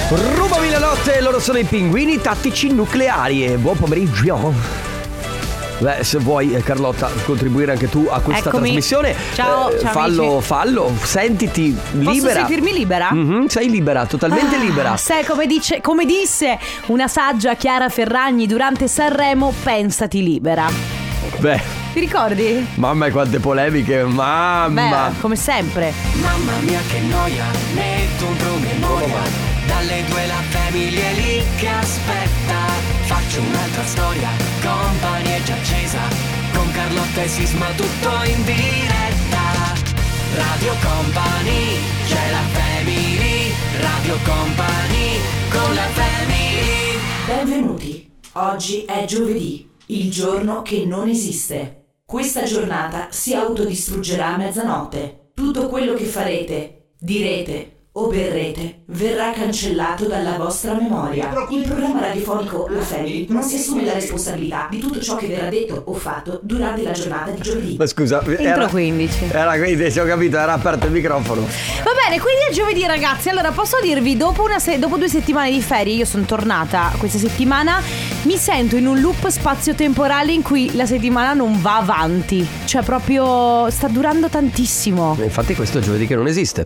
Rubami la notte, loro sono i Pinguini Tattici Nucleari e buon pomeriggio. Beh, se vuoi Carlotta contribuire anche tu a questa trasmissione, ciao, fallo, sentiti libera. Posso sentirmi libera? Sei libera, totalmente libera. Sai come disse una saggia Chiara Ferragni durante Sanremo, pensati libera. Beh, ti ricordi? Mamma, quante polemiche, mamma. Beh, come sempre. Mamma mia che noia, metto un promemoria. Dalle 2 la famiglia è lì che aspetta. Faccio un'altra storia, Company è già accesa. Con Carlotta e Sisma tutto in diretta. Radio Company, c'è la family. Radio Company, con la family. Benvenuti, oggi è giovedì, il giorno che non esiste. Questa giornata si autodistruggerà a mezzanotte. Tutto quello che farete, direte o berrete verrà cancellato dalla vostra memoria. Il programma radiofonico La Family non si assume la responsabilità di tutto ciò che verrà detto o fatto durante la giornata di giovedì. Ma scusa, Entro 15. Era 15, ho capito, era aperto il microfono. Va bene, quindi è giovedì ragazzi. Allora posso dirvi, dopo 2 settimane di ferie, io sono tornata questa settimana, mi sento in un loop spazio-temporale in cui la settimana non va avanti. Cioè proprio sta durando tantissimo. Infatti questo è giovedì che non esiste.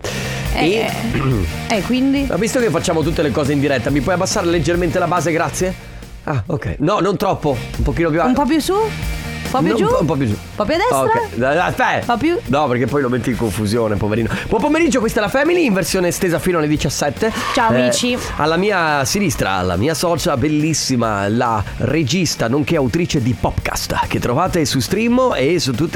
Quindi? Ma visto che facciamo tutte le cose in diretta, mi puoi abbassare leggermente la base, grazie? Ah, ok. No, non troppo. Un pochino più un po' più su? Un po' più giù? Un po' più giù. Un po' più a destra? Ok, aspetta. Un po' più? No, perché poi lo metti in confusione, poverino. Buon pomeriggio, questa è la Family in versione estesa fino alle 17. Ciao amici. Alla mia sinistra, la mia socia bellissima, la regista nonché autrice di Popcast, che trovate su Stream e su tutte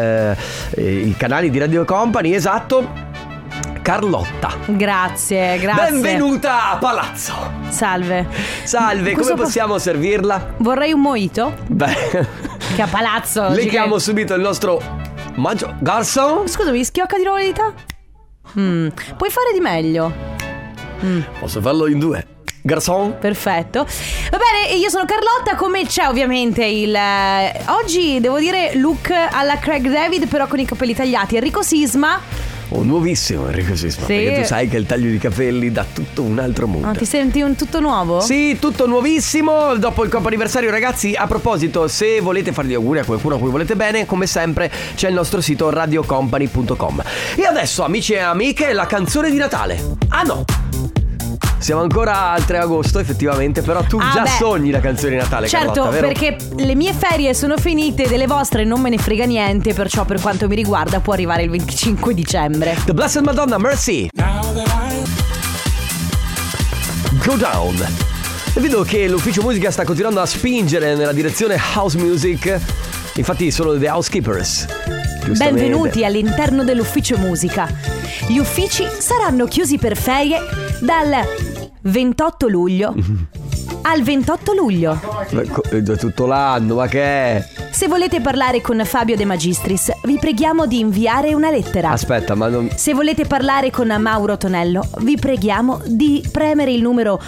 i canali di Radio Company, esatto. Carlotta. Grazie. Benvenuta a Palazzo. Salve, come possiamo servirla? Vorrei un mojito. Beh, che a Palazzo le chiamo subito il nostro garçon. Scusami, schiocca di nuovo le dita? Puoi fare di meglio. Posso farlo in 2. Garçon. Perfetto. Va bene, io sono Carlotta. Come c'è ovviamente oggi devo dire look alla Craig David, però con i capelli tagliati. Enrico Sisma. Nuovissimo Enrico Sisma, sì. Perché tu sai che il taglio di capelli dà tutto un altro mood. Ti senti un tutto nuovo? Sì, tutto nuovissimo. Dopo il comp'anniversario, ragazzi, a proposito, se volete fargli auguri a qualcuno a cui volete bene, come sempre c'è il nostro sito radiocompany.com. E adesso, amici e amiche, la canzone di Natale. Ah no, siamo ancora al 3 agosto effettivamente, però tu sogni la canzone di Natale, certo, Carlotta, vero? Perché le mie ferie sono finite, delle vostre non me ne frega niente, perciò per quanto mi riguarda può arrivare il 25 dicembre. The Blessed Madonna, Mercy. Go Down. E vedo che l'ufficio musica sta continuando a spingere nella direzione house music. Infatti sono The Housekeepers. Benvenuti all'interno dell'ufficio musica. Gli uffici saranno chiusi per ferie dal 28 luglio al 28 luglio. Tutto l'anno, ma che è? Se volete parlare con Fabio De Magistris, vi preghiamo di inviare una lettera. Aspetta, ma non... Se volete parlare con Mauro Tonello, vi preghiamo di premere il numero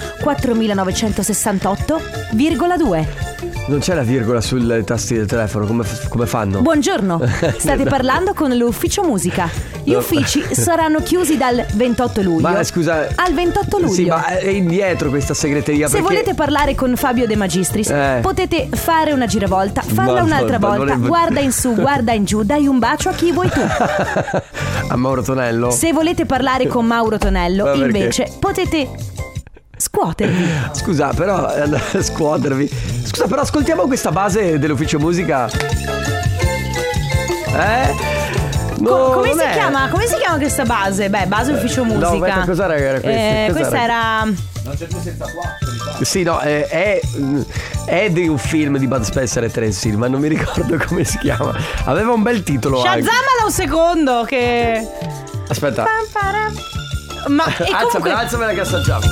4968,2. Non c'è la virgola sui tasti del telefono, come fanno? Buongiorno, state parlando con l'ufficio musica. Gli uffici saranno chiusi dal 28 luglio Ma scusa, al 28 luglio. Sì, ma è indietro questa segreteria. Se volete parlare con Fabio De Magistris, potete fare una giravolta, farla un'altra volta, guarda in su, guarda in giù, dai un bacio a chi vuoi tu. A Mauro Tonello. Se volete parlare con Mauro Tonello, invece potete scuotervi. Scusa, però scuotervi. Scusa, però ascoltiamo questa base dell'ufficio musica. Come si chiama? Come si chiama questa base? Beh, base ufficio musica. No, cos'era questa? Questa era Non c'è più senza 4. Sì, no, è di un film di Bud Spencer e Terence Hill, ma non mi ricordo come si chiama. Aveva un bel titolo. Shazzamala un secondo che... Aspetta. Ma alzamela che assaggiamo.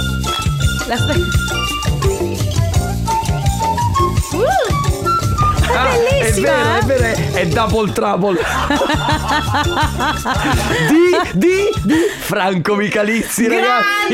È bellissima. È vero, è Double Trouble. di Franco Michalizzi, ragazzi.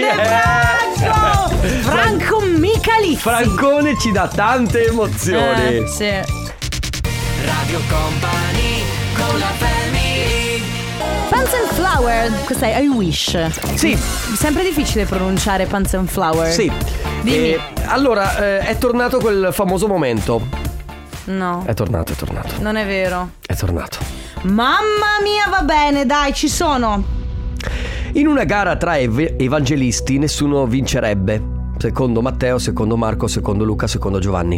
Franco Michalizzi. Francone ci dà tante emozioni. Sì. Radio Company con la family. Fans and Flower. Questa è I Wish. Sì. Sempre difficile pronunciare Pants and Flower. Sì. Dimmi. Allora, è tornato quel famoso momento. No. È tornato. Non è vero. È tornato. Mamma mia, va bene, dai, ci sono. In una gara tra evangelisti nessuno vincerebbe. Secondo Matteo, secondo Marco, secondo Luca, secondo Giovanni.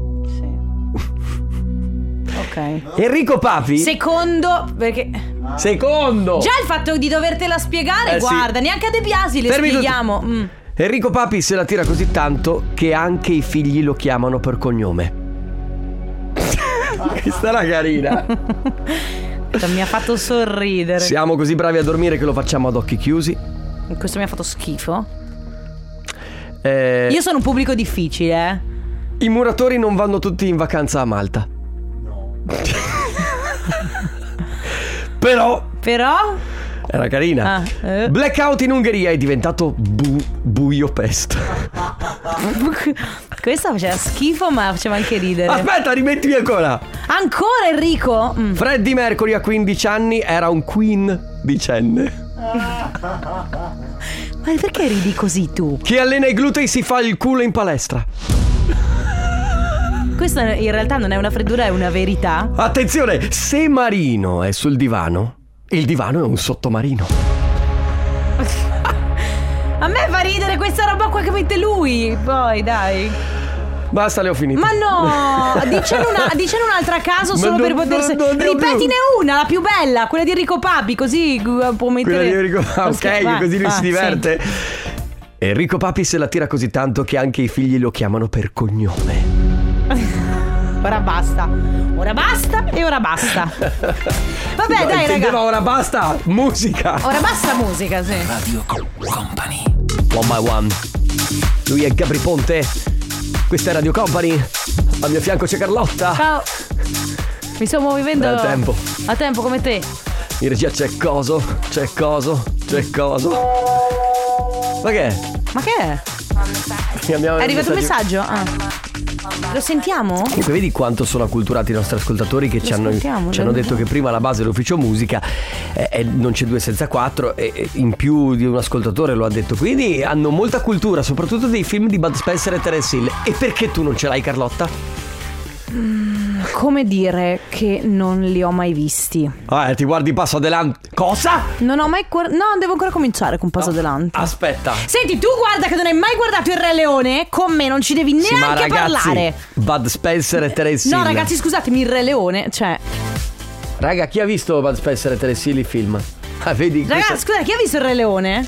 Ok. Enrico Papi. Secondo, perché Secondo. già il fatto di dovertela spiegare, Sì. guarda, neanche a De Biasi le Fermi tutti. spieghiamo. Enrico Papi se la tira così tanto che anche i figli lo chiamano per cognome. Questa era carina. Mi ha fatto sorridere. Siamo così bravi a dormire che lo facciamo ad occhi chiusi. Questo mi ha fatto schifo. Io sono un pubblico difficile, I muratori non vanno tutti in vacanza a Malta. Però era carina. Blackout in Ungheria è diventato buio pest. Questa faceva schifo, ma faceva anche ridere. Aspetta, rimettimi ancora. Ancora Enrico? Freddie Mercury a 15 anni era un quindicenne. Ma perché ridi così tu? Chi allena i glutei si fa il culo in palestra. Questa in realtà non è una freddura, è una verità. Attenzione, se Marino è sul divano, il divano è un sottomarino. A me fa ridere questa roba qua che mette lui. Poi dai. Basta, le ho finite. Ma no, dicene un'altra a caso solo per poter ripetine una, la più bella, quella di Enrico Papi, così può mettere. Quella di Enrico Papi, ok, così lui si diverte. Sì. Enrico Papi se la tira così tanto che anche i figli lo chiamano per cognome. Ora basta e ora basta. Vabbè, dai, raga. Ora basta musica. Ora basta musica, sì. Radio Company. One by one. Lui è Gabri Ponte. Questa è Radio Company. Al mio fianco c'è Carlotta. Ciao. Mi sto muovendo A tempo come te. In regia c'è coso. Ma che è? Ma che è? È arrivato un messaggio? Lo sentiamo? Comunque vedi quanto sono acculturati i nostri ascoltatori che ci hanno detto che prima la base è l'ufficio musica, non c'è 2 senza 4 e in più di un ascoltatore lo ha detto, quindi hanno molta cultura, soprattutto dei film di Bud Spencer e Terence Hill. E perché tu non ce l'hai, Carlotta? Come dire che non li ho mai visti. Ti guardi Passo Adelante. Cosa? Non ho mai no, devo ancora cominciare con Passo Adelante. Aspetta. Senti, tu guarda che non hai mai guardato Il Re Leone. Con me non ci devi neanche ma ragazzi, parlare. Bud Spencer e Terence Hill. No ragazzi, scusatemi, Il Re Leone, cioè Raga, chi ha visto Bud Spencer e Terence Hill, il film? Vedi. Ragazzi, scusa, chi ha visto Il Re Leone?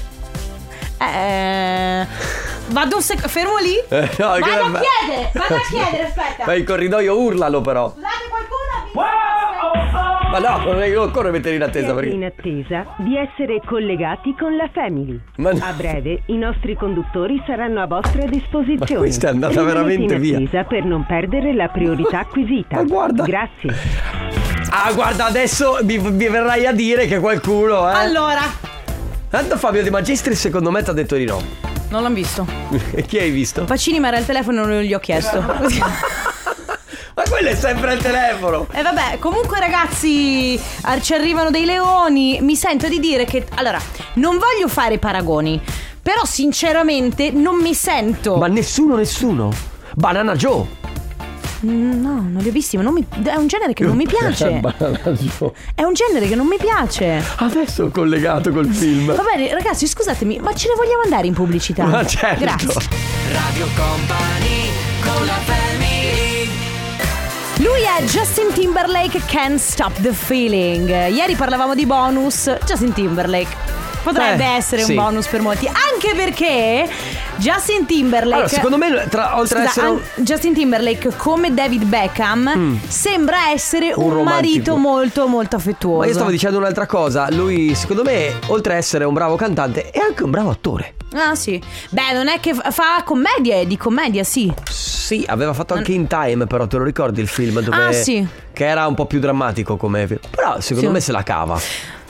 Vado fermo lì. Vado a chiedere, aspetta. Ma il corridoio urlalo però. Scusate, qualcuno Ma no, non occorre mettere in attesa perché... in attesa di essere collegati con la Family. A breve i nostri conduttori saranno a vostra disposizione. Ma questa è andata veramente via. in attesa per non perdere la priorità acquisita. Ma guarda. Grazie. Guarda, adesso mi verrai a dire che qualcuno Allora, tanto Fabio De Magistris secondo me ti ha detto di no. non l'ho visto. E chi hai visto? Pacini, ma era il telefono e non gli ho chiesto. Ma quello è sempre il telefono. E vabbè, comunque ragazzi, ci arrivano dei leoni. Mi sento di dire che, allora, non voglio fare paragoni, però sinceramente non mi sento. Ma nessuno? Banana Joe. No, non li ho visti, ma è un genere che non mi piace. Banana Joe. È un genere che non mi piace. Adesso ho collegato col film. Va bene, ragazzi, scusatemi, ma ce ne vogliamo andare in pubblicità? Ma certo. Grazie. Radio Company con la Family. Lui è Justin Timberlake, Can't Stop the Feeling. Ieri parlavamo di bonus. Justin Timberlake potrebbe essere sì. un bonus per molti, anche perché Justin Timberlake, allora, secondo me oltre a essere Justin Timberlake, come David Beckham, sembra essere un marito molto molto affettuoso. Ma io stavo dicendo un'altra cosa. Lui, secondo me, oltre a essere un bravo cantante, è anche un bravo attore. Ah sì. Beh, non è che fa commedie, di commedia sì. Sì, aveva fatto anche In Time, però te lo ricordi il film dove sì. che era un po' più drammatico come, però secondo me se la cava. Beh,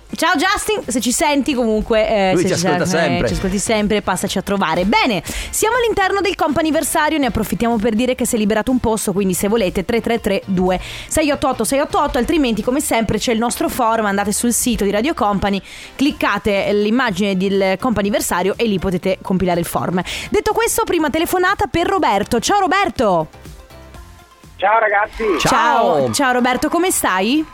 Ciao Justin, se ci senti comunque lui se ci ascolta sempre. Ci ascolti sempre, passaci a trovare. Bene, siamo all'interno del comp'anniversario. Ne approfittiamo per dire che si è liberato un posto, quindi se volete 333 2688 688, altrimenti come sempre c'è il nostro forum. Andate sul sito di Radio Company, cliccate l'immagine del comp'anniversario e lì potete compilare il form. Detto questo, prima telefonata per Roberto. Ciao Roberto. Ciao ragazzi. Ciao Roberto, come stai?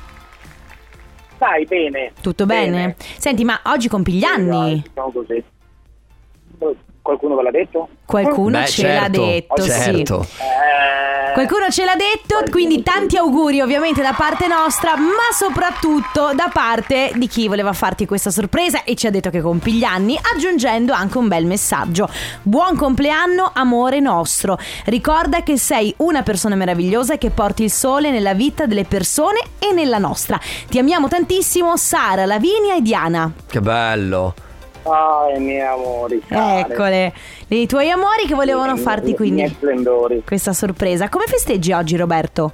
Stai bene? Tutto bene? Senti, ma oggi compi gli anni? Diciamo così. Qualcuno ve l'ha detto? Qualcuno Beh, ce l'ha detto, certo. sì. Qualcuno ce l'ha detto, quindi tanti auguri ovviamente da parte nostra, ma soprattutto da parte di chi voleva farti questa sorpresa e ci ha detto che compi gli anni, aggiungendo anche un bel messaggio. Buon compleanno, amore nostro. Ricorda che sei una persona meravigliosa e che porti il sole nella vita delle persone e nella nostra. Ti amiamo tantissimo, Sara, Lavinia e Diana. Che bello. Ah, i miei amori. Eccole, i tuoi amori che volevano farti I quindi miei splendori. questa sorpresa. Come festeggi oggi, Roberto?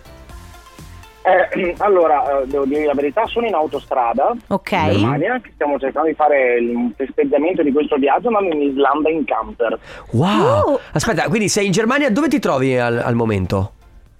Allora, devo dire la verità, sono in autostrada Ok. in Germania, che stiamo cercando di fare il festeggiamento di questo viaggio, andando in Islanda in camper. Wow. Aspetta, quindi sei in Germania, dove ti trovi al momento?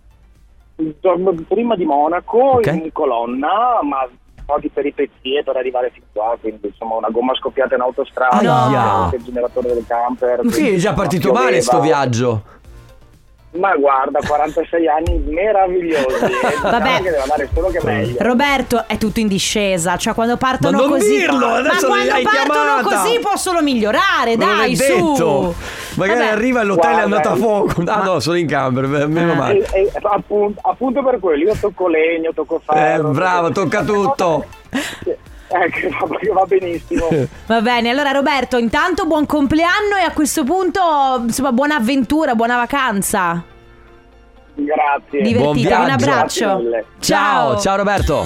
Prima di Monaco, Ok. in colonna, ma un po' di peripezie per arrivare fin qua, quindi insomma una gomma scoppiata in autostrada, No. il generatore del camper. Sì, è già partito male sto viaggio. Ma guarda, 46 anni meravigliosi. Vabbè. Che deve andare solo che meglio. Roberto, è tutto in discesa, cioè quando partono Ma non così dirlo, adesso ma quando l'hai partono chiamata. così possono migliorare, Ma non dai, è su. detto. Magari Vabbè. arriva e l'hotel è andato a fuoco. Ah no, sono in camper, meno male. Appunto per quello, io tocco legno, tocco ferro. Bravo, tocca tutto. Ecco, va benissimo. Va bene, allora Roberto, intanto buon compleanno e a questo punto insomma buona avventura, buona vacanza. Grazie. Buon Divertite, viaggio. un abbraccio. Grazie mille. Ciao Roberto.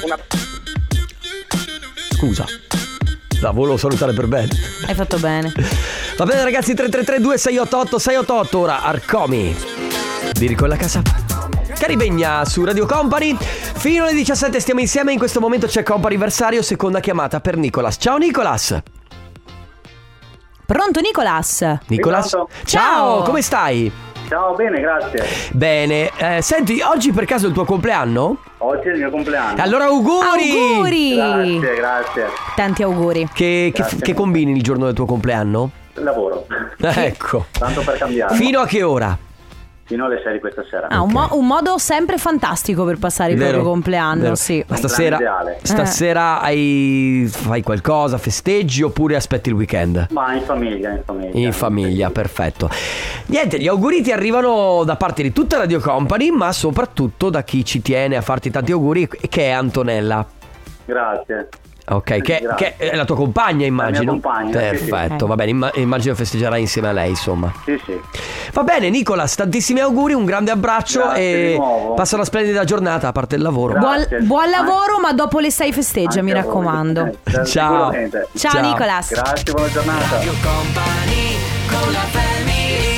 Scusa, la volevo salutare per bene. Hai fatto bene. Va bene ragazzi, 333 688 688. Ora Arcomi Lirico la casa Caribegna su Radio Company. Fino alle 17 stiamo insieme. In questo momento c'è comp'anniversario, seconda chiamata per Nicolas. Ciao Nicolas. Pronto Nicolas? Nicolas. Pronto? Ciao, come stai? Ciao, bene, grazie. Bene, senti, oggi per caso è il tuo compleanno? Oggi è il mio compleanno. Allora auguri! Auguri! Grazie. Tanti auguri. Che combini il giorno del tuo compleanno? Lavoro. Ecco. Tanto per cambiare. Fino a che ora? Fino alle 6 questa sera. Un modo sempre fantastico per passare il Vero, proprio compleanno, vero. sì. Ma ideale. stasera fai qualcosa, festeggi oppure aspetti il weekend? Ma in famiglia. In famiglia, perfetto. Niente, gli auguri ti arrivano da parte di tutta Radio Company, ma soprattutto da chi ci tiene a farti tanti auguri, che è Antonella. Grazie. Ok, che Grazie. è la tua compagna, immagino. La mia compagna, perfetto, sì. va bene, immagino festeggerai insieme a lei, insomma. Sì. Va bene, Nicolas, tantissimi auguri, un grande abbraccio. Grazie e di nuovo. passa una splendida giornata a parte il lavoro. Grazie. Buon lavoro, ma dopo le 6 festeggia, mi Anche a voi. raccomando. Ciao. Sicuramente. Ciao Nicolas. Grazie, buona giornata. Radio Company con la family.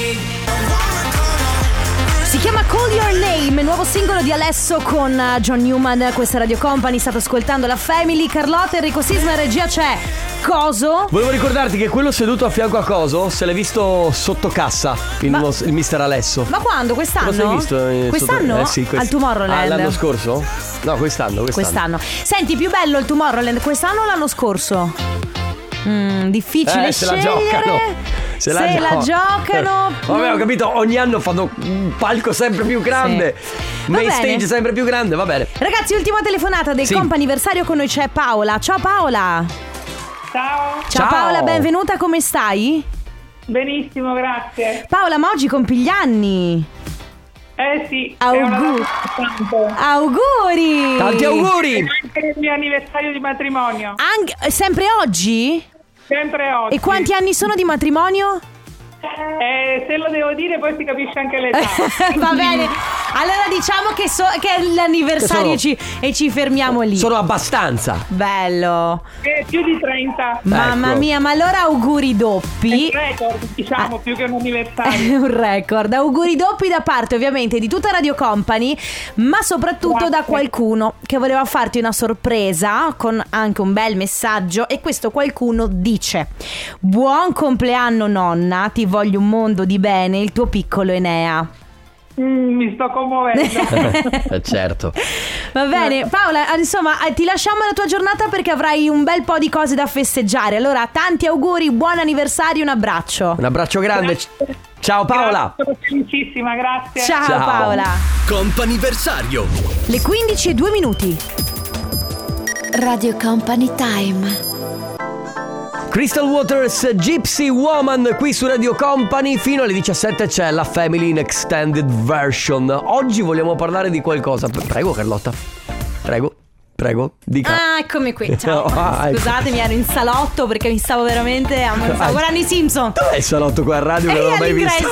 Si chiama Call Your Name, nuovo singolo di Alesso con John Newman. Questa Radio Company, state ascoltando la Family. Carlotta, Enrico Sisma in regia c'è Coso. Volevo ricordarti che quello seduto a fianco a Coso se l'è visto sotto cassa, il mister Alesso. Ma quando? Quest'anno? Lo sei visto? Quest'anno? Sì, Al Tomorrowland. l'anno scorso? No, quest'anno. Senti, più bello il Tomorrowland quest'anno o l'anno scorso? Difficile se la scegliere. giocano. Se la giocano. Vabbè, ho capito, ogni anno fanno un palco sempre più grande, Va main bene. stage sempre più grande, va bene. Ragazzi, ultima telefonata del Sì. comp'anniversario, con noi c'è Paola. Ciao Paola. Ciao, Ciao Paola, benvenuta, come stai? benissimo, grazie. Paola, ma oggi compi gli anni. Sì, Auguri. è una data importante. Auguri. Tanti auguri. È anche il mio anniversario di matrimonio, Sempre oggi? sempre oggi. E quanti anni sono di matrimonio? Se lo devo dire poi si capisce anche l'età. Va bene. Allora diciamo che è l'anniversario e ci fermiamo lì. Sono abbastanza. Bello. Più di 30. Mamma mia, ma allora auguri doppi. È un record, diciamo, più che un anniversario. Un record. Auguri doppi da parte ovviamente di tutta Radio Company, ma soprattutto da qualcuno che voleva farti una sorpresa con anche un bel messaggio. E questo qualcuno dice: buon compleanno nonna, ti voglio un mondo di bene, il tuo piccolo Enea. Mi sto commuovendo. Certo. Va bene Paola, insomma ti lasciamo la tua giornata perché avrai un bel po' di cose da festeggiare. Allora tanti auguri, buon anniversario, un abbraccio. Un abbraccio grande. Grazie. Ciao Paola. Sono felicissima, grazie. Ciao Paola. Comp'anniversario. Le 15:02. Radio Company Time. Crystal Waters, Gypsy Woman, qui su Radio Company. Fino alle 17 c'è la Family in Extended Version. Oggi vogliamo parlare di qualcosa. Prego Carlotta. Prego, dica. Ah, eccomi qui, ciao. Ecco. Scusatemi, ero in salotto perché mi stavo veramente guardando i Simpson. Dov'è il salotto qua a radio che non l'ho mai visto?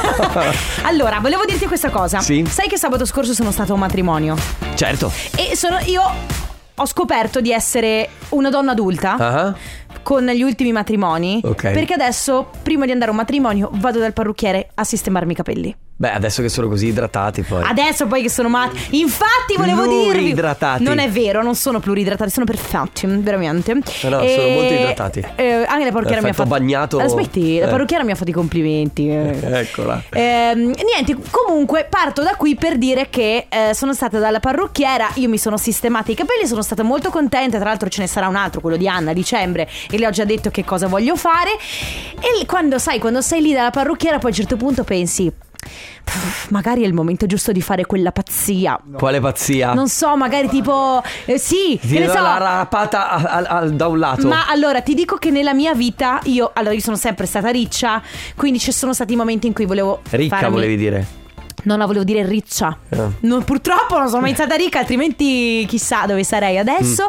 Allora, volevo dirti questa cosa. Sì? Sai che sabato scorso sono stata a un matrimonio? Certo. E io ho scoperto di essere una donna adulta con gli ultimi matrimoni. Ok. Perché adesso, prima di andare a un matrimonio, vado dal parrucchiere a sistemarmi i capelli. Beh, adesso che sono così idratati poi. Adesso poi che sono matti. Infatti volevo dirvi, pluridratati. non è vero, non sono pluridratati, sono perfetti, veramente. No, sono molto idratati. Anche la parrucchiera mi ha fatto bagnato. Aspetti, la parrucchiera mi ha fatto i complimenti. Eccola. Niente, comunque parto da qui per dire che sono stata dalla parrucchiera, io mi sono sistemata i capelli, sono stata molto contenta. Tra l'altro ce ne sarà un altro, quello di Anna, a dicembre, e le ho già detto che cosa voglio fare. E quando sei lì dalla parrucchiera, poi a un certo punto pensi: magari è il momento giusto di fare quella pazzia. Quale pazzia? Non so, magari tipo sì, ti do la rapata da un lato. Ma allora ti dico che nella mia vita io sono sempre stata riccia, quindi ci sono stati momenti in cui volevo ricca, volevi dire? No, volevo dire riccia. Purtroppo non sono mai stata ricca, altrimenti chissà dove sarei adesso.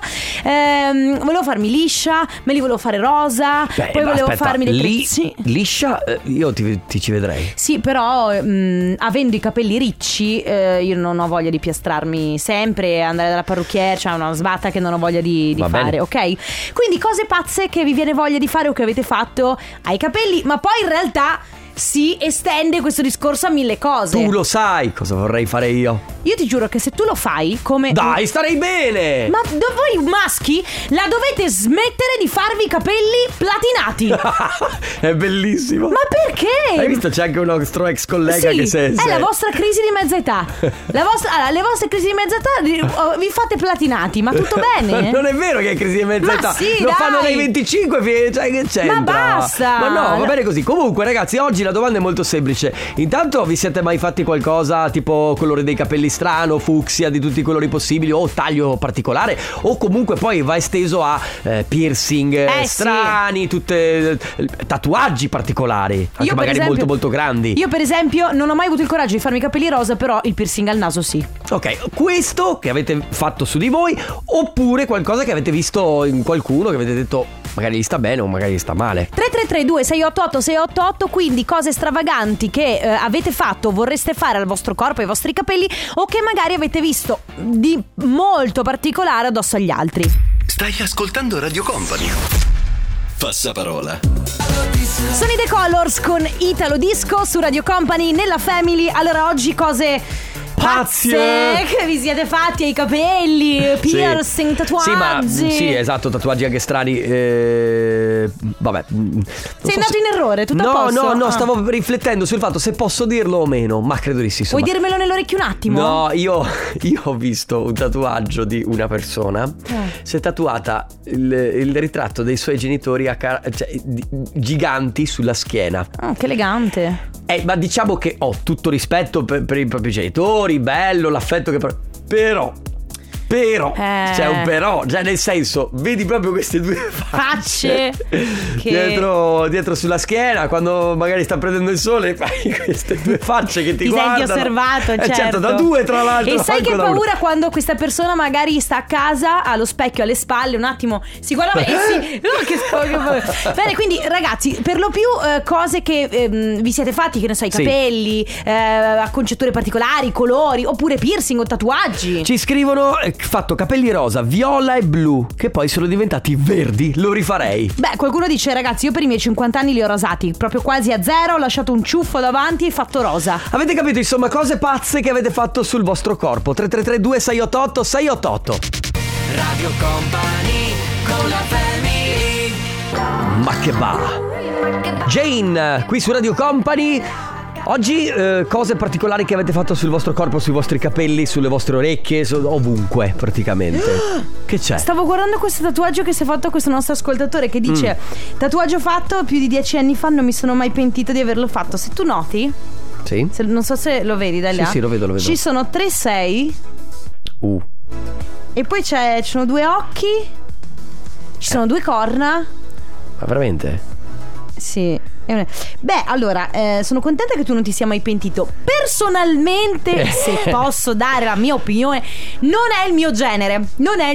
Volevo farmi liscia, me li volevo fare rosa. Poi volevo farmi le trecce. Liscia, io ti ci vedrei. Sì, però avendo i capelli ricci, io non ho voglia di piastrarmi sempre, andare dalla parrucchiera, cioè una sbatta che non ho voglia di fare, bene. Ok? Quindi cose pazze che vi viene voglia di fare o che avete fatto ai capelli, ma poi in realtà si estende questo discorso a mille cose. Tu lo sai cosa vorrei fare io? Io ti giuro che se tu lo fai come... Dai, starei bene! Ma voi maschi la dovete smettere di farvi i capelli platinati. È bellissimo. Ma perché? Hai visto, c'è anche un nostro ex collega che è la vostra crisi di mezza età. Le vostre crisi di mezza età vi fate platinati. Ma tutto bene? Non è vero che è crisi di mezza età. Sì, lo dai. fanno dai 25, cioè che c'entra? Ma basta. Ma no, va bene così. Comunque ragazzi, oggi la domanda è molto semplice. Intanto, vi siete mai fatti qualcosa tipo colore dei capelli strano, fucsia, di tutti i colori possibili, o taglio particolare, o comunque poi va esteso a piercing strani, tutte tatuaggi particolari, anche magari molto molto grandi. Io per esempio non ho mai avuto il coraggio di farmi i capelli rosa, però il piercing al naso sì. Ok, questo che avete fatto su di voi, oppure qualcosa che avete visto in qualcuno che avete detto magari gli sta bene o magari gli sta male. 333-2688-688. Quindi cose stravaganti che avete fatto o vorreste fare al vostro corpo, ai vostri capelli, o che magari avete visto di molto particolare addosso agli altri. Stai ascoltando Radio Company. Passaparola. Sono i The Colors con Italo Disco su Radio Company nella Family. Allora oggi cose pazze che vi siete fatti ai capelli, piercing, tatuaggi. Sì, esatto, tatuaggi anche strani. Vabbè. Sei andato in errore, tutto a posto? No, stavo riflettendo sul fatto se posso dirlo o meno, ma credo di sì. Vuoi dirmelo nell'orecchio un attimo? No, io ho visto un tatuaggio di una persona. Si è tatuata il ritratto dei suoi genitori giganti sulla schiena. Che elegante. Ma diciamo che ho tutto rispetto per i propri genitori, bello l'affetto che però Però c'è un però, cioè nel senso, vedi proprio queste due facce dietro sulla schiena, quando magari sta prendendo il sole, fai queste due facce che ti guardano. Ti senti osservato, certo, da due tra l'altro. E sai che paura quando questa persona magari sta a casa, ha lo specchio alle spalle, un attimo si guarda e bene, quindi ragazzi, per lo più cose che vi siete fatti, che ne so, i capelli, acconciature particolari, colori, oppure piercing o tatuaggi. Ci scrivono fatto capelli rosa, viola e blu, che poi sono diventati verdi, lo rifarei. Beh, qualcuno dice: ragazzi, io per i miei 50 anni li ho rasati proprio quasi a zero, ho lasciato un ciuffo davanti e fatto rosa. Avete capito, insomma, cose pazze che avete fatto sul vostro corpo. 333 2688 688. Radio Company con la family. Ma che va. Jane, qui su Radio Company. Oggi cose particolari che avete fatto sul vostro corpo, sui vostri capelli, sulle vostre orecchie, ovunque praticamente. Che c'è? Stavo guardando questo tatuaggio che si è fatto questo nostro ascoltatore, che dice: tatuaggio fatto più di 10 anni fa, non mi sono mai pentito di averlo fatto. Se tu noti, sì, non so se lo vedi da là. Sì, lo vedo. Ci sono 3 6 e poi ci sono 2 occhi, ci sono 2 corna. Ma veramente? Sì. Beh, allora, sono contenta che tu non ti sia mai pentito. Personalmente, se posso dare la mia opinione, non è il mio genere.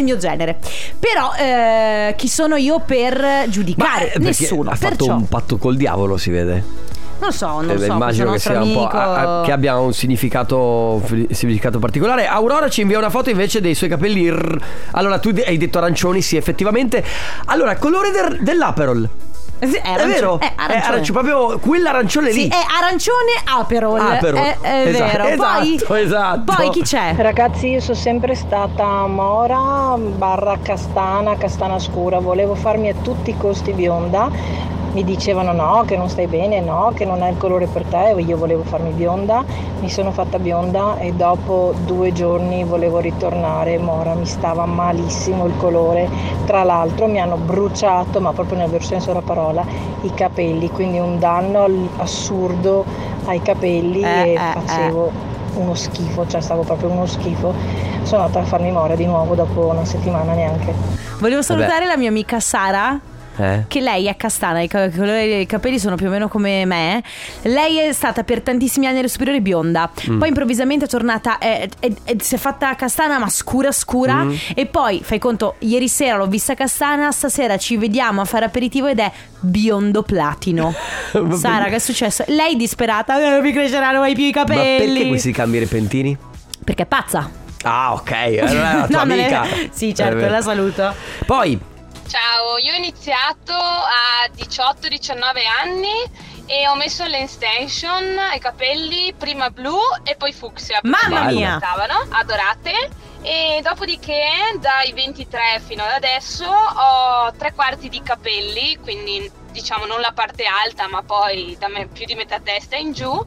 Però chi sono io per giudicare? Nessuno. Ha fatto un patto col diavolo, si vede. Non so, immagino che sia amico... un po' che abbia un significato particolare. Aurora ci invia una foto invece dei suoi capelli. Allora, tu hai detto arancioni, sì, effettivamente. Allora, colore dell'Aperol. È vero, è arancione, proprio quell'arancione lì. Sì, è arancione Aperol. È vero. Esatto. Poi chi c'è? Ragazzi, io sono sempre stata mora / castana scura. Volevo farmi a tutti i costi bionda. Mi dicevano no, che non stai bene, no, che non è il colore per te. Io volevo farmi bionda, mi sono fatta bionda e dopo 2 giorni volevo ritornare mora. Mi stava malissimo il colore. Tra l'altro mi hanno bruciato, ma proprio nel vero senso della parola, i capelli, quindi un danno assurdo ai capelli e facevo uno schifo, cioè stavo proprio uno schifo. Sono andata a farmi mora di nuovo dopo una settimana neanche. Volevo salutare la mia amica Sara, che lei è castana, i capelli sono più o meno come me. Lei è stata per tantissimi anni alle superiori bionda, poi improvvisamente è tornata si è fatta castana ma scura e poi fai conto, ieri sera l'ho vista castana, stasera ci vediamo a fare aperitivo ed è biondo platino. Sara, che è successo? Lei disperata: non mi cresceranno mai più i capelli. Ma perché questi cambi repentini? Perché è pazza. Ah, ok, allora è la tua amica. Sì, certo, la saluto. Poi ciao, io ho iniziato a 18-19 anni e ho messo le extension ai capelli, prima blu e poi fucsia. Mamma mia! Adorate. E dopodiché dai 23 fino ad adesso ho 3/4 di capelli, quindi diciamo non la parte alta ma poi più di metà testa in giù,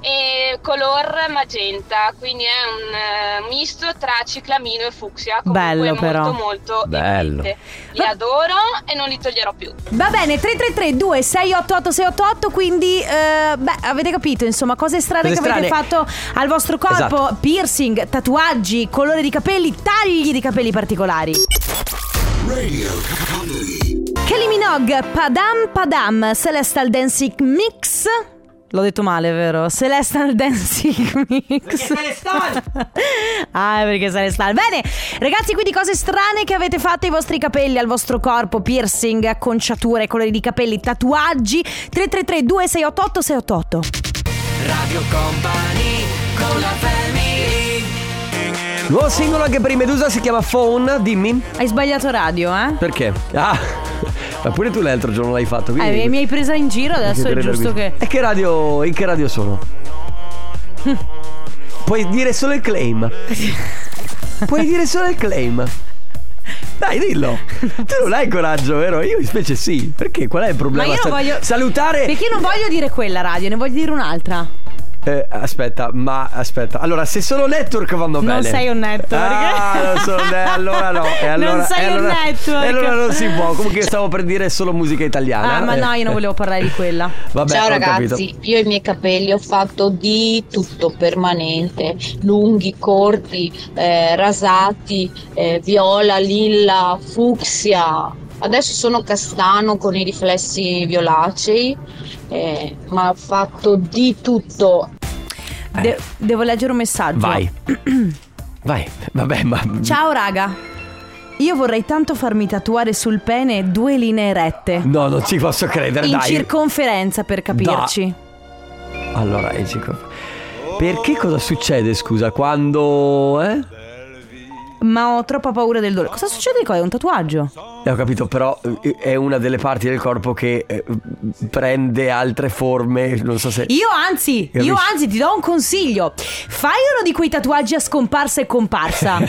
e color magenta, quindi è un misto tra ciclamino e fucsia. Comunque bello, però molto bello. Li adoro e non li toglierò più. Va bene, 333 2688 688. Quindi avete capito, insomma, cose strane che avete fatto al vostro corpo. Esatto. Piercing, tatuaggi, colore di capelli, tagli di capelli particolari. Radio Company. Kylie Minogue, Padam Padam, Celestial Dancing Mix. L'ho detto male, vero? Celestial Dancing Mix. Perché Celestial? Perché Celestial. Bene, ragazzi, quindi cose strane che avete fatto ai vostri capelli, al vostro corpo: piercing, acconciature, colori di capelli, tatuaggi. 333 2688 688. Radio Company con la family. Nuovo singolo anche per i Medusa, si chiama Phone. Dimmi. Hai sbagliato radio, Perché? Ma pure tu l'altro giorno l'hai fatto, quindi... mi hai presa in giro, adesso è giusto che... E che radio, in che radio sono? Puoi dire solo il claim. Puoi dire solo il claim. Dai, dillo. Tu non hai coraggio, vero? Io invece sì. Perché? Qual è il problema? Ma io non voglio... Salutare... Perché io non voglio dire quella radio, ne voglio dire un'altra. Aspetta. Allora, se sono network vanno bene. Non sei un network. Non sono allora no. Non sei un network. E allora non si può. Comunque stavo per dire solo musica italiana. Ma no, io non volevo parlare di quella. Vabbè, ciao ragazzi, capito. io i miei capelli ho fatto di tutto permanente, lunghi, corti, rasati, viola, lilla, fucsia. Adesso sono castano con i riflessi violacei, ma ho fatto di tutto. Devo leggere un messaggio. Vai. Vabbè, ma ciao raga, io vorrei tanto farmi tatuare sul pene 2 linee rette. No, non ci posso credere, in dai. circonferenza, per capirci. Allora, perché cosa succede, scusa, quando Ma ho troppa paura del dolore. Cosa succede qua? È un tatuaggio. Ho capito, però è una delle parti del corpo che prende altre forme. Non so se Io anzi ti do un consiglio. Fai uno di quei tatuaggi a scomparsa e comparsa.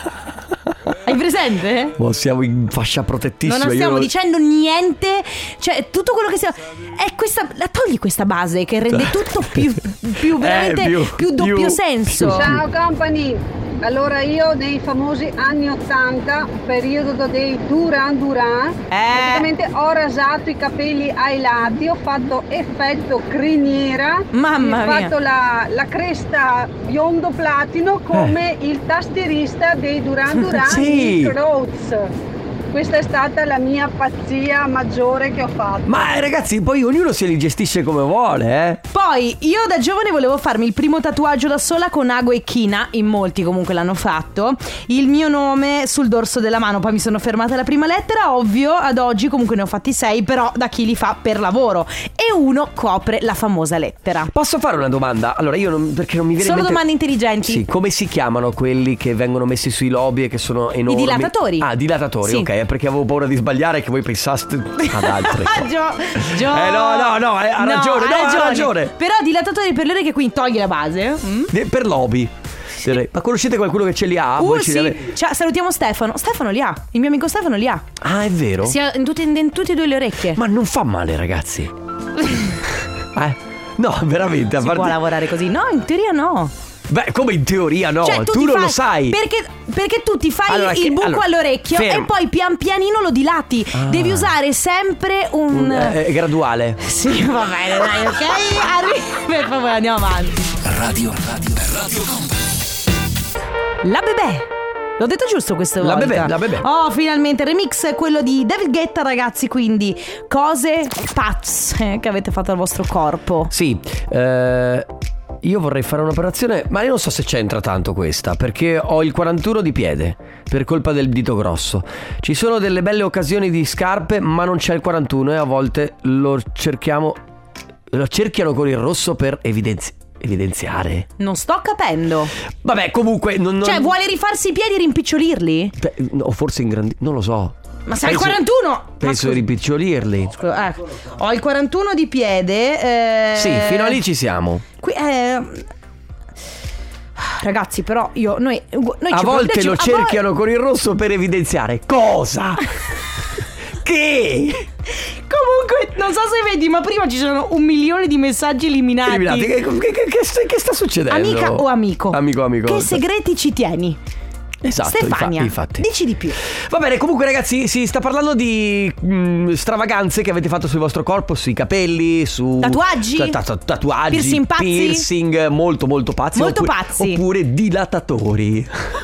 Hai presente? Siamo in fascia protettissima. Non stiamo dicendo niente. Cioè, tutto quello che stiamo è questa. Togli questa base che rende tutto più veramente più doppio senso. Ciao company. Allora io nei famosi anni 80, periodo dei Duran Duran, praticamente ho rasato i capelli ai lati, ho fatto effetto criniera, mamma mia, ho fatto la cresta biondo platino come il tastierista dei Duran Duran, sì. Nick Rhodes. Questa è stata la mia pazzia maggiore che ho fatto. Ma ragazzi, poi ognuno se li gestisce come vuole, Poi io da giovane volevo farmi il primo tatuaggio da sola con ago e china. In molti comunque l'hanno fatto. Il mio nome sul dorso della mano. Poi mi sono fermata alla prima lettera. Ovvio, ad oggi comunque ne ho fatti 6. Però da chi li fa per lavoro. E uno copre la famosa lettera. Posso fare una domanda? Allora io perché non mi viene solo in mente... domande intelligenti. Sì, come si chiamano quelli che vengono messi sui lobi e che sono enormi? I dilatatori. Ah, dilatatori, sì. Ok, perché avevo paura di sbagliare, che voi pensaste ad altre. No, ha ragione. Però dilatatori per le orecchie, quindi togli la base. Per lobi. Ma conoscete qualcuno che ce li ha? Sì. Salutiamo Stefano. Stefano li ha. Il mio amico Stefano li ha. Ah, è vero? Sì, in tutte e due le orecchie. Ma non fa male, ragazzi. No, veramente. Si può lavorare così? No, in teoria no. Beh, come in teoria no? Cioè, tu non lo sai. Perché tu ti fai il buco all'orecchio e poi pian pianino lo dilati. Devi usare sempre un graduale. Sì, va bene, dai, ok? Per favore, andiamo avanti. Radio La Bebè. L'ho detto giusto questa volta? La Bebè. Oh, finalmente, remix è quello di David Guetta, ragazzi, quindi cose pazze che avete fatto al vostro corpo. Sì, io vorrei fare un'operazione, ma io non so se c'entra tanto questa, perché ho il 41 di piede per colpa del dito grosso. Ci sono delle belle occasioni di scarpe, ma non c'è il 41 e a volte lo cerchiano con il rosso per evidenziare. Non sto capendo. Vabbè, comunque Cioè, vuole rifarsi i piedi e rimpicciolirli? O forse non lo so. Ma sei il 41? Penso di rimpicciolirli. Ecco, ho il 41 di piede. Sì, fino a lì ci siamo. Qui ragazzi, però noi a volte lo cerchiano con il rosso per evidenziare cosa? Che? Comunque, non so se vedi, ma prima ci sono 1 milione di messaggi eliminati. Che sta succedendo? Amica o amico? Amico. Che segreti ci tieni? Esatto, Stefania, infatti. dici di più. Va bene, comunque ragazzi, si sta parlando di stravaganze che avete fatto sul vostro corpo, sui capelli, su tatuaggi, piercing molto pazzi. Oppure dilatatori.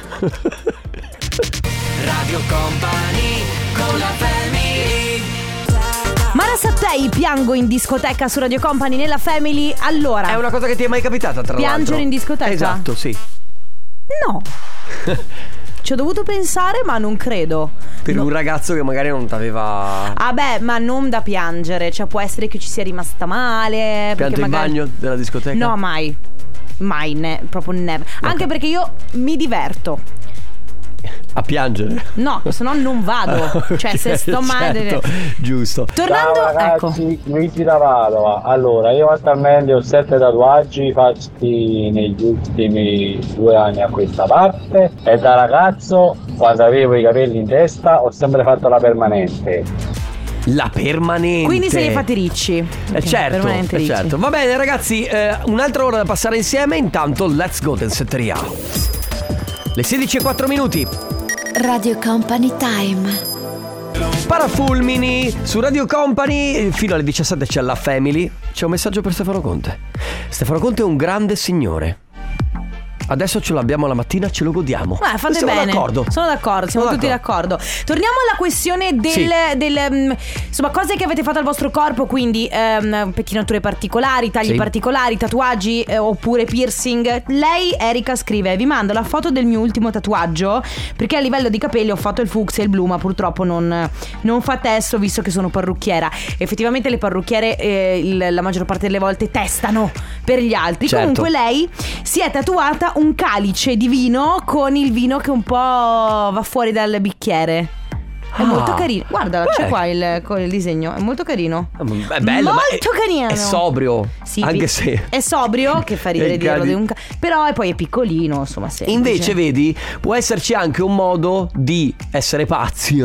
Radio Company con la Family. Mara Sattei, piango in discoteca su Radio Company nella Family. Allora, è una cosa che ti è mai capitata, tra l'altro? Piangere in discoteca? Esatto, sì. No. Ci ho dovuto pensare, ma non credo. Per un ragazzo che magari non t'aveva... Ah beh, ma non da piangere. Cioè, può essere che ci sia rimasta male. Pianto in bagno della discoteca? No, mai, proprio never. Okay. Anche perché io mi diverto a piangere. No, se no non vado. Cioè, se sto male, certo, giusto. Tornando, ciao ragazzi, ecco. Luigi da Padova. Allora, io attualmente ho 7 tatuaggi fatti negli ultimi 2 anni a questa parte. E da ragazzo, quando avevo i capelli in testa, ho sempre fatto la permanente. La permanente. Quindi se li fate ricci. Certo, certo. Va bene ragazzi, un'altra ora da passare insieme. Intanto let's go Danzetteria. Le 16:04. Radio Company Time. Parafulmini su Radio Company. Fino alle 17 c'è la Family. C'è un messaggio per Stefano Conte. Stefano Conte è un grande signore. Adesso ce l'abbiamo la mattina, ce lo godiamo. Fate siamo bene. D'accordo. Sono d'accordo, siamo tutti d'accordo. Torniamo alla questione insomma, cose che avete fatto al vostro corpo, quindi pettinature particolari, tagli particolari, tatuaggi oppure piercing. Lei, Erika, scrive: vi mando la foto del mio ultimo tatuaggio, perché a livello di capelli ho fatto il fucsia e il blu, ma purtroppo non fa testo, visto che sono parrucchiera. Effettivamente le parrucchiere la maggior parte delle volte testano per gli altri. Certo. Comunque lei si è tatuata un calice di vino con il vino che un po' va fuori dal bicchiere. È molto carino. Guarda, c'è qua il disegno. È molto carino. È bello, molto carino. È sobrio. Sì, anche se è sobrio, che fa ridere dirlo però poi è piccolino, insomma, semplice. Invece vedi, può esserci anche un modo di essere pazzi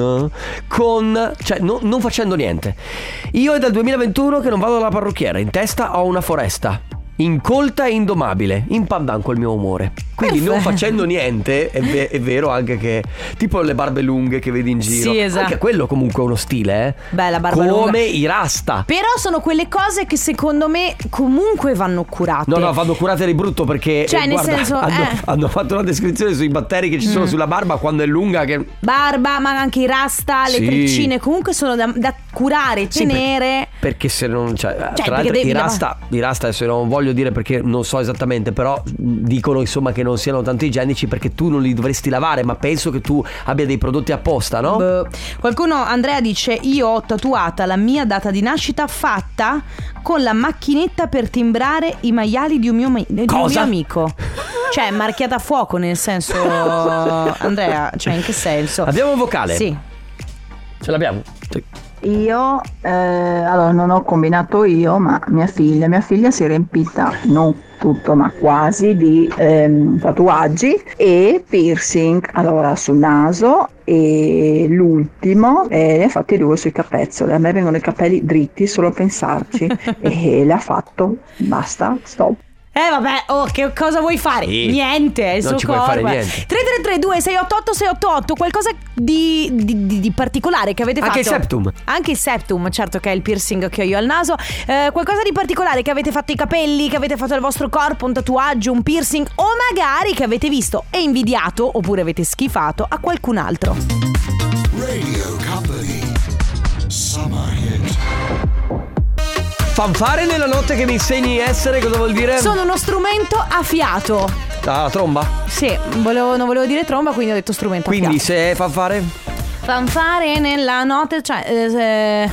cioè non facendo niente. Io è dal 2021 che non vado alla parrucchiera. In testa ho una foresta incolta e indomabile, in pandan col mio umore. Quindi non facendo niente, è vero anche che tipo le barbe lunghe che vedi in giro. Sì, esatto. Anche quello comunque è uno stile, Beh, la barba lunga. Come i rasta. Però sono quelle cose che secondo me comunque vanno curate. No, vanno curate di brutto, perché cioè nel senso hanno fatto una descrizione sui batteri che ci sono sulla barba quando è lunga, che barba, ma anche i rasta, le treccine, comunque sono da curare, tenere. Perché se non tra l'altro i rasta adesso non voglio dire perché non so esattamente, però dicono insomma che non siano tanto igienici perché tu non li dovresti lavare, ma penso che tu abbia dei prodotti apposta, no? Qualcuno, Andrea dice: io ho tatuata la mia data di nascita fatta con la macchinetta per timbrare i maiali di un mio amico. Cioè marchiata a fuoco, nel senso Andrea, cioè in che senso? Abbiamo un vocale? Sì. Ce l'abbiamo? Sì. Io allora non ho combinato io, ma mia figlia si è riempita, non tutto ma quasi, di tatuaggi e piercing, allora sul naso, e l'ultimo ne ha fatti 2 sui capezzoli. A me vengono i capelli dritti solo a pensarci e l'ha fatto, basta, stop. Vabbè, che cosa vuoi fare? Sì. Niente, è il non suo ci corpo. puoi fare niente. 333-2688-688. Qualcosa di particolare che avete fatto? Anche il septum, certo, che è il piercing che ho io al naso. Qualcosa di particolare che avete fatto ai capelli, che avete fatto al vostro corpo, un tatuaggio, un piercing, o magari che avete visto e invidiato oppure avete schifato a qualcun altro. Radio Company Summer Hit. Fanfare nella notte che mi insegni essere, cosa vuol dire? Sono uno strumento a fiato. La tromba? Sì, non volevo dire tromba, quindi ho detto strumento a fiato. Quindi se fanfare? Fanfare nella notte, cioè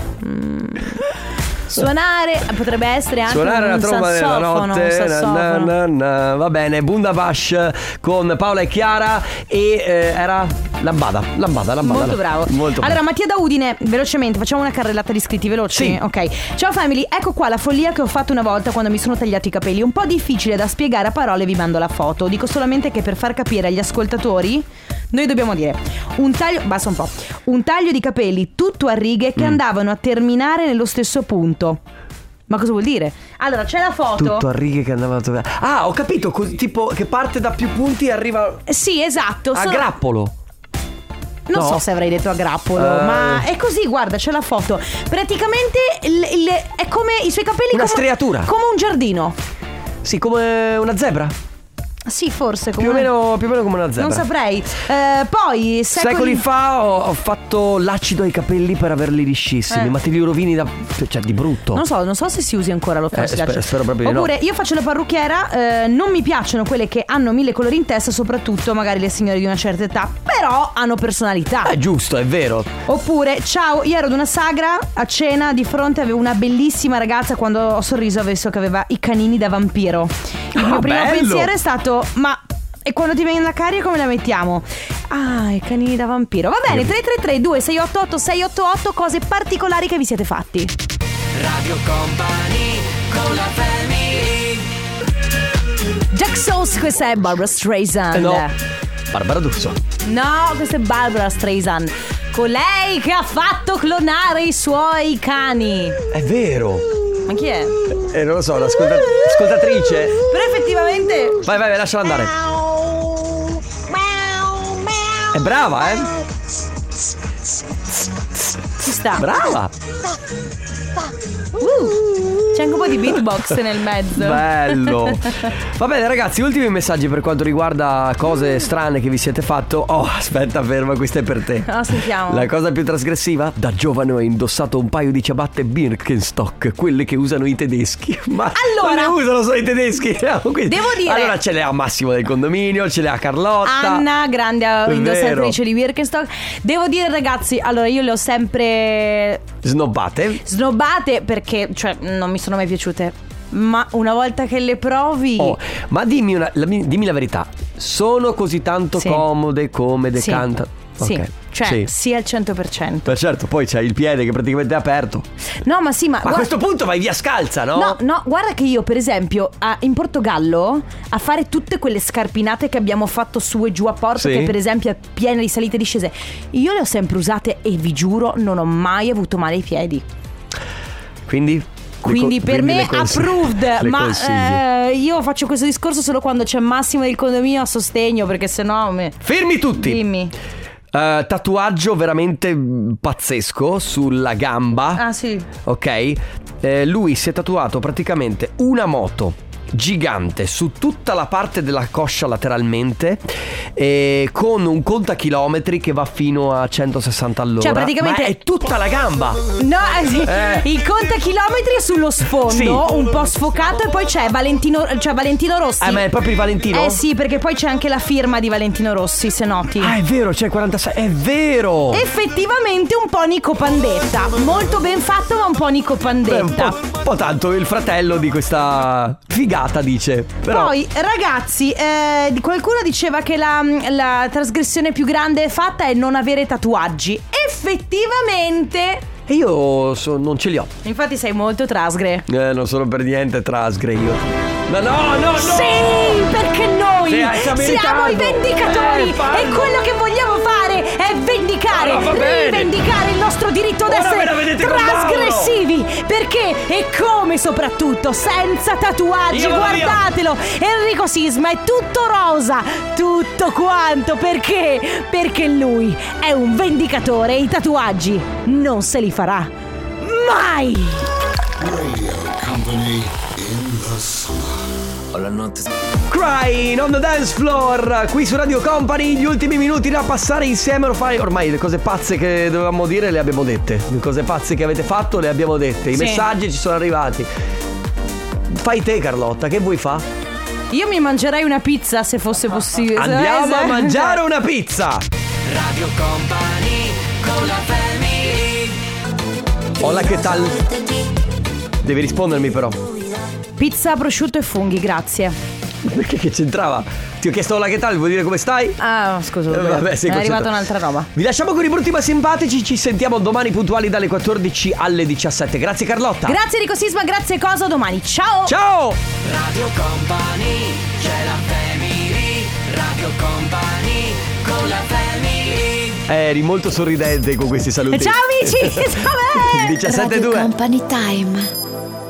suonare, potrebbe essere anche suonare la tromba nella notte. Va bene, Bundabash con Paola e Chiara. E era Lambada. Molto bravo. Molto allora, Mattia da Udine, velocemente facciamo una carrellata di iscritti veloci. Sì. Ok. Ciao family, ecco qua la follia che ho fatto una volta quando mi sono tagliato i capelli. Un po' difficile da spiegare a parole, vi mando la foto. Dico solamente che per far capire agli ascoltatori noi dobbiamo dire un taglio di capelli tutto a righe che andavano a terminare nello stesso punto. Ma cosa vuol dire? Allora, c'è la foto. Tutto a righe che andavano a toccare. Ah, ho capito, tipo che parte da più punti e arriva. Sì, esatto. A grappolo. Non so se avrei detto a grappolo, ma è così, guarda, c'è la foto. Praticamente è come i suoi capelli, una striatura, come un giardino. Sì, come una zebra. Sì, forse più o meno come una zebra. Non saprei. Poi secoli fa ho fatto l'acido ai capelli per averli liscissimi. Ma te li rovini di brutto. Non so se si usi ancora lo farsi spero proprio di no. Oppure io faccio la parrucchiera, non mi piacciono quelle che hanno 1000 colori in testa, soprattutto magari le signore di una certa età, però hanno personalità. È giusto, è vero. Oppure, ciao, io ero ad una sagra a cena, di fronte avevo una bellissima ragazza, quando ho sorriso ho visto che aveva i canini da vampiro. Il mio primo pensiero è stato: ma e quando ti viene la carica come la mettiamo? Ah, i canini da vampiro. Va bene, 333-2688-688. Cose particolari che vi siete fatti. Radio Company con la family. Jack Sauce, questa è Barbara Streisand. No, Barbara D'Urso. No, questa è Barbara Streisand. Colei che ha fatto clonare i suoi cani. È vero. Ma chi è? Non lo so, un'ascoltatrice. Però effettivamente. Vai, lasciala andare. È brava, Ci sta. Brava. C'è anche un po' di beatbox nel mezzo. Bello. Va bene ragazzi, ultimi messaggi per quanto riguarda cose strane che vi siete fatto. Oh, aspetta, ferma, questa è per te. Sentiamo. La cosa più trasgressiva? Da giovane ho indossato un paio di ciabatte Birkenstock, quelle che usano i tedeschi. Ma allora, non le usano solo i tedeschi. Devo dire. Allora ce le ha Massimo del condominio, ce le ha Carlotta, Anna, grande indossatrice di Birkenstock. Devo dire ragazzi, allora io le ho sempre snobbate perché, cioè, non mi sono mai piaciute. Ma una volta che le provi. Ma dimmi la verità. Sono così tanto comode come decantano? Sì, okay. Cioè sì al 100%. Beh, certo, poi c'hai il piede che praticamente è aperto. No, ma sì, ma a questo punto vai via scalza, no? No, guarda che io per esempio in Portogallo a fare tutte quelle scarpinate che abbiamo fatto su e giù a Porto, che per esempio è piena di salite e discese, io le ho sempre usate e vi giuro non ho mai avuto male ai piedi. Quindi per me approved. Ma io faccio questo discorso solo quando c'è Massimo del condominio a sostegno, perché sennò Fermi tutti. Dimmi. Tatuaggio veramente pazzesco sulla gamba. Ah sì. Ok. Lui si è tatuato praticamente una moto gigante su tutta la parte della coscia lateralmente, con un contachilometri che va fino a 160 all'ora. Cioè praticamente è tutta la gamba. No, il contachilometri è sullo sfondo, un po' sfocato, e poi c'è Valentino Rossi. Ma è proprio il Valentino? Sì, perché poi c'è anche la firma di Valentino Rossi, se noti. È vero, c'è 46, è vero. Effettivamente un po' Nico Pandetta. Molto ben fatto, ma un po' Nico Pandetta. Un po' tanto il fratello di questa figata, dice. Però poi ragazzi, qualcuno diceva che la trasgressione più grande fatta è non avere tatuaggi. Effettivamente. E io non ce li ho. Infatti sei molto trasgre. Non sono per niente trasgre io. No. Sì, perché noi siamo i vendicatori. E quello che vogliamo fare è rivendicare il nostro diritto ad essere trasgressivi. Perché e come soprattutto senza tatuaggi. Guardatelo, Enrico Sisma è tutto rosa, tutto quanto. Perché lui è un vendicatore e i tatuaggi non se li farà mai. Radio Company in the summer. La notte. Crying on the dance floor, qui su Radio Company. Gli ultimi minuti da passare insieme. Ormai le cose pazze che dovevamo dire le abbiamo dette. Le cose pazze che avete fatto le abbiamo dette. I messaggi ci sono arrivati. Fai te Carlotta, che vuoi fa? Io mi mangerei una pizza se fosse possibile. Andiamo a mangiare una pizza. Radio Company con la family. Hola, che tal? Devi rispondermi però. Pizza, prosciutto e funghi, grazie. Perché che c'entrava? Ti ho chiesto hola, che tal? Vuoi dire come stai? Ah, scusa, vabbè, è arrivata un'altra roba. Vi lasciamo con i brutti ma simpatici. Ci sentiamo domani puntuali dalle 14 alle 17. Grazie Carlotta. Grazie Enrico Sisma, grazie Cosa. Domani, ciao. Ciao. Radio Company, c'è la family. Radio Company con la family. Eri molto sorridente con questi saluti. Ciao amici. 17.2 Radio Company Time.